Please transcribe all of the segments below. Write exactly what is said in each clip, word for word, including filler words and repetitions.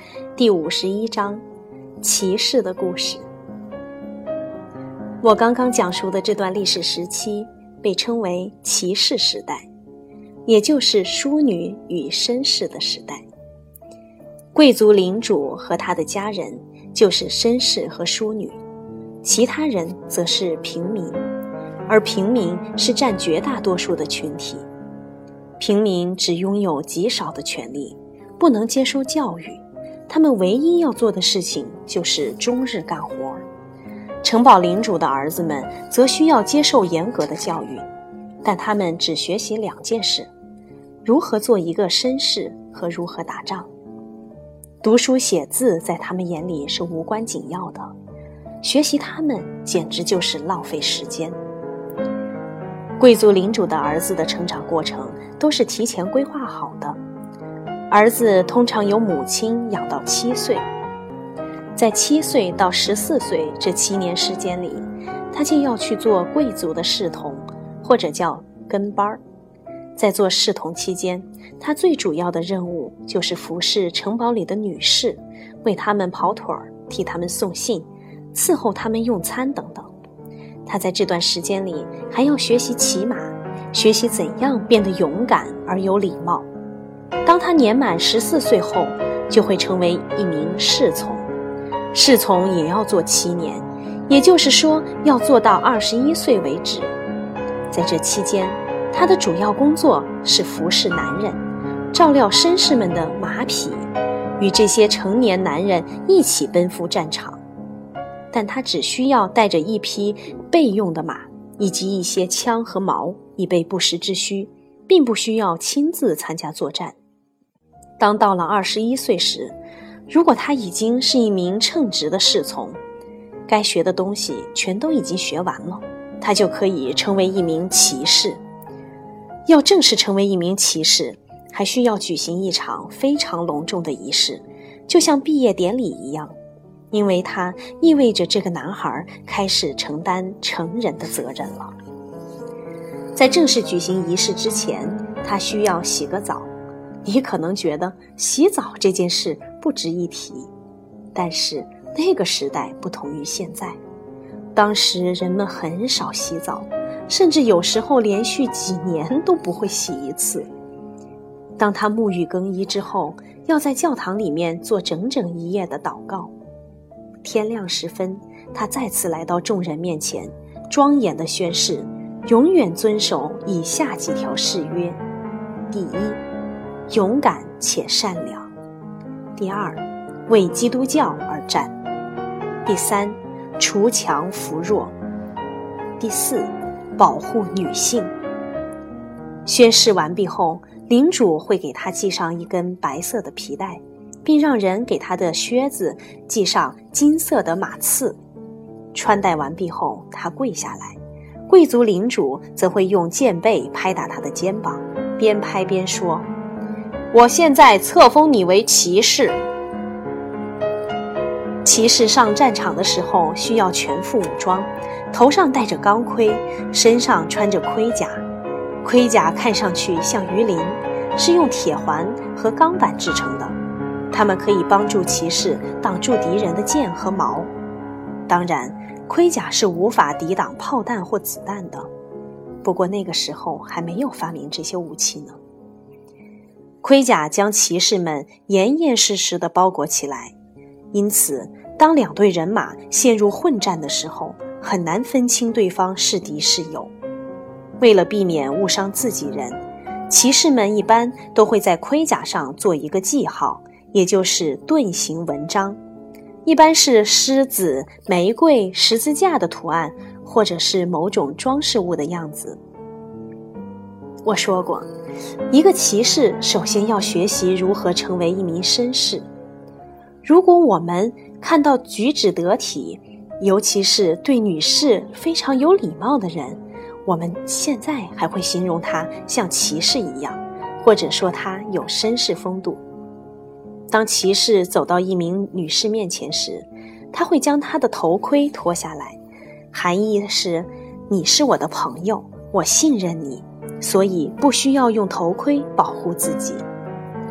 第五十一章，骑士的故事。我刚刚讲述的这段历史时期被称为骑士时代，也就是淑女与绅士的时代。贵族领主和他的家人就是绅士和淑女，其他人则是平民，而平民是占绝大多数的群体。平民只拥有极少的权利，不能接受教育，他们唯一要做的事情就是终日干活。城堡领主的儿子们则需要接受严格的教育，但他们只学习两件事：如何做一个绅士和如何打仗。读书写字在他们眼里是无关紧要的，学习他们简直就是浪费时间。贵族领主的儿子的成长过程都是提前规划好的，儿子通常由母亲养到七岁，在七岁到十四岁这七年时间里，他就要去做贵族的侍童，或者叫跟班儿。在做侍童期间，他最主要的任务就是服侍城堡里的女士，为他们跑腿儿，替他们送信，伺候他们用餐等等。他在这段时间里还要学习骑马，学习怎样变得勇敢而有礼貌。当他年满十四岁后，就会成为一名侍从。侍从也要做七年，也就是说要做到二十一岁为止。在这期间，他的主要工作是服侍男人，照料绅士们的马匹，与这些成年男人一起奔赴战场。但他只需要带着一匹备用的马，以及一些枪和矛，以备不时之需，并不需要亲自参加作战。当到了二十一岁时，如果他已经是一名称职的侍从，该学的东西全都已经学完了，他就可以成为一名骑士。要正式成为一名骑士，还需要举行一场非常隆重的仪式，就像毕业典礼一样，因为它意味着这个男孩开始承担成人的责任了。在正式举行仪式之前，他需要洗个澡。你可能觉得洗澡这件事不值一提，但是那个时代不同于现在，当时人们很少洗澡，甚至有时候连续几年都不会洗一次。当他沐浴更衣之后，要在教堂里面做整整一夜的祷告。天亮时分，他再次来到众人面前，庄严地宣誓永远遵守以下几条誓约：第一，勇敢且善良；第二，为基督教而战；第三，锄强扶弱；第四，保护女性。宣誓完毕后，领主会给他系上一根白色的皮带，并让人给他的靴子系上金色的马刺。穿戴完毕后，他跪下来，贵族领主则会用剑背拍打他的肩膀，边拍边说：我现在册封你为骑士。骑士上战场的时候需要全副武装，头上戴着钢盔，身上穿着盔甲。盔甲看上去像鱼鳞，是用铁环和钢板制成的，它们可以帮助骑士挡住敌人的剑和矛。当然，盔甲是无法抵挡炮弹或子弹的，不过那个时候还没有发明这些武器呢。盔甲将骑士们严严实实地包裹起来，因此当两队人马陷入混战的时候，很难分清对方是敌是友。为了避免误伤自己人，骑士们一般都会在盔甲上做一个记号，也就是盾形纹章，一般是狮子、玫瑰、十字架的图案，或者是某种装饰物的样子。我说过，一个骑士首先要学习如何成为一名绅士。如果我们看到举止得体，尤其是对女士非常有礼貌的人，我们现在还会形容他像骑士一样，或者说他有绅士风度。当骑士走到一名女士面前时，他会将她的头盔脱下来，含义是你是我的朋友，我信任你，所以不需要用头盔保护自己。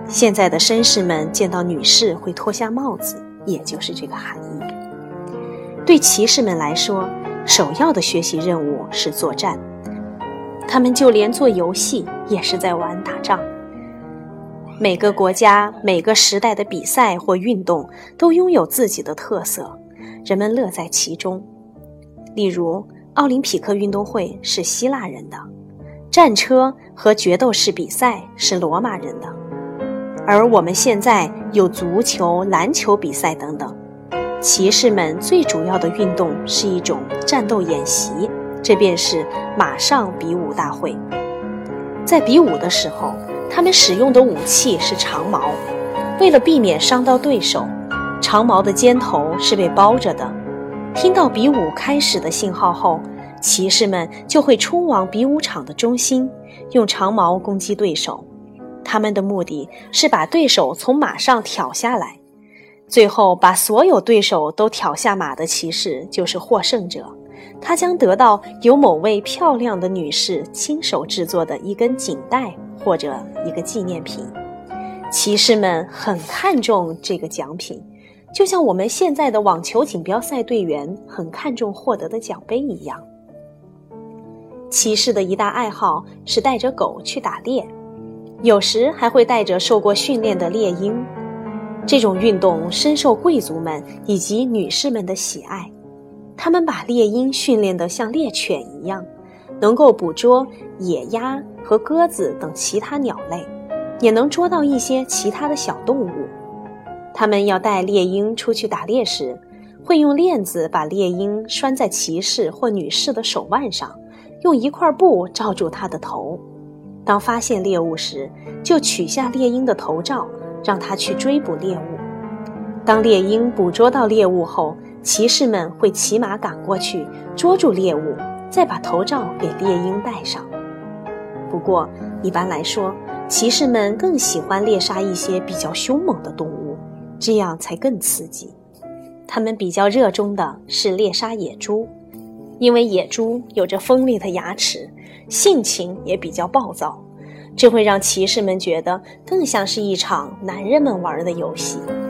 现在的绅士们见到女士会脱下帽子，也就是这个含义。对骑士们来说，首要的学习任务是作战，他们就连做游戏也是在玩打仗。每个国家、每个时代的比赛或运动都拥有自己的特色，人们乐在其中。例如，奥林匹克运动会是希腊人的，战车和决斗士比赛是罗马人的，而我们现在有足球、篮球比赛等等。骑士们最主要的运动是一种战斗演习，这便是马上比武大会。在比武的时候，他们使用的武器是长矛，为了避免伤到对手，长矛的尖头是被包着的。听到比武开始的信号后，骑士们就会冲往比武场的中心，用长矛攻击对手。他们的目的是把对手从马上挑下来，最后把所有对手都挑下马的骑士就是获胜者。他将得到由某位漂亮的女士亲手制作的一根锦带或者一个纪念品。骑士们很看重这个奖品，就像我们现在的网球锦标赛队员很看重获得的奖杯一样。骑士的一大爱好是带着狗去打猎，有时还会带着受过训练的猎鹰。这种运动深受贵族们以及女士们的喜爱，他们把猎鹰训练得像猎犬一样，能够捕捉野鸭和鸽子等其他鸟类，也能捉到一些其他的小动物。他们要带猎鹰出去打猎时，会用链子把猎鹰拴在骑士或女士的手腕上，用一块布罩住它的头。当发现猎物时，就取下猎鹰的头罩，让它去追捕猎物。当猎鹰捕捉到猎物后，骑士们会骑马赶过去，捉住猎物，再把头罩给猎鹰戴上。不过，一般来说，骑士们更喜欢猎杀一些比较凶猛的动物，这样才更刺激。他们比较热衷的是猎杀野猪，因为野猪有着锋利的牙齿，性情也比较暴躁，这会让骑士们觉得更像是一场男人们玩的游戏。